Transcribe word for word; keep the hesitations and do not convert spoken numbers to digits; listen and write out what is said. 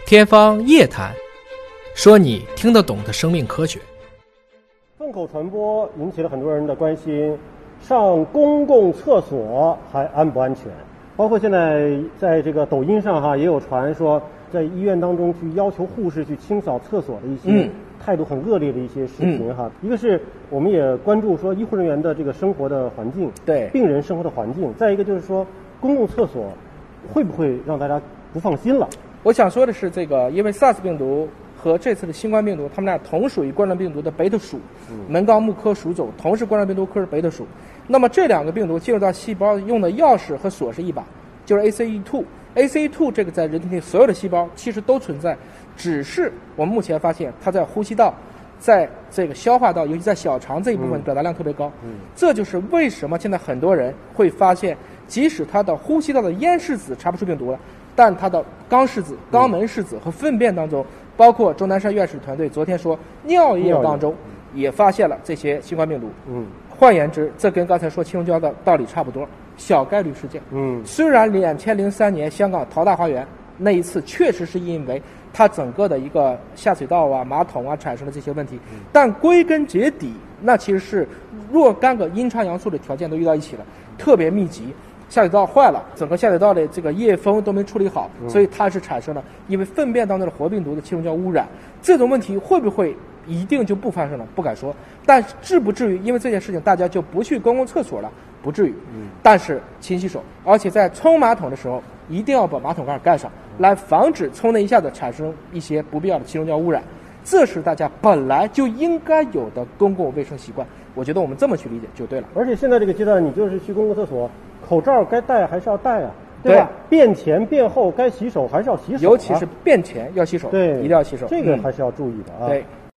天方夜谭，说你听得懂的生命科学。 粪口传播引起了很多人的关心，上公共厕所还安不安全？包括现在在这个抖音上哈也有传说，在医院当中去要求护士去清扫厕所的一些、嗯、态度很恶劣的一些视频哈、嗯。一个是我们也关注说医护人员的这个生活的环境， 对病人生活的环境。再一个就是说公共厕所会不会让大家不放心了？ 我想说的是，这个因为 SARS 病毒和这次的新冠病毒，它们俩同属于冠状病毒的贝塔属，门纲目科属种，同是冠状病毒科的贝塔属。那么这两个病毒进入到细胞用的钥匙和锁是一把，就是 A C E 二。A C E 二 这个在人体内所有的细胞其实都存在，只是我们目前发现它在呼吸道、在这个消化道，尤其在小肠这一部分表达量特别高。嗯，这就是为什么现在很多人会发现，即使他的呼吸道的咽拭子查不出病毒了，但他的肛拭子、肛门拭子和粪便当中，包括钟南山院士团队昨天说尿液当中也发现了这些新冠病毒。嗯，换言之，这跟刚才说青龙胶的道理差不多，小概率事件。嗯，虽然两千零三年香港淘大花园那一次确实是因为它整个的一个下水道啊、马桶啊产生了这些问题，但归根结底，那其实是若干个阴差阳错的条件都遇到一起了，特别密集。下水道坏了，整个下水道的这个液封都没处理好，所以它是产生了因为粪便当中的活病毒的青龙胶污染。这种问题会不会一定就不发生了？不敢说，但至不至于因为这件事情大家就不去公共厕所了，不至于。但是勤洗手，而且在冲马桶的时候一定要把马桶盖盖上，来防止冲的一下子产生一些不必要的青龙胶污染。这是大家本来就应该有的公共卫生习惯，我觉得我们这么去理解就对了。 而且现在这个阶段，你就是去公共厕所，口罩该戴还是要戴啊，对吧？对，便前便后该洗手还是要洗手、啊， 尤其是便前要洗手， 对， 一定要洗手， 这个还是要注意的啊。 嗯、对。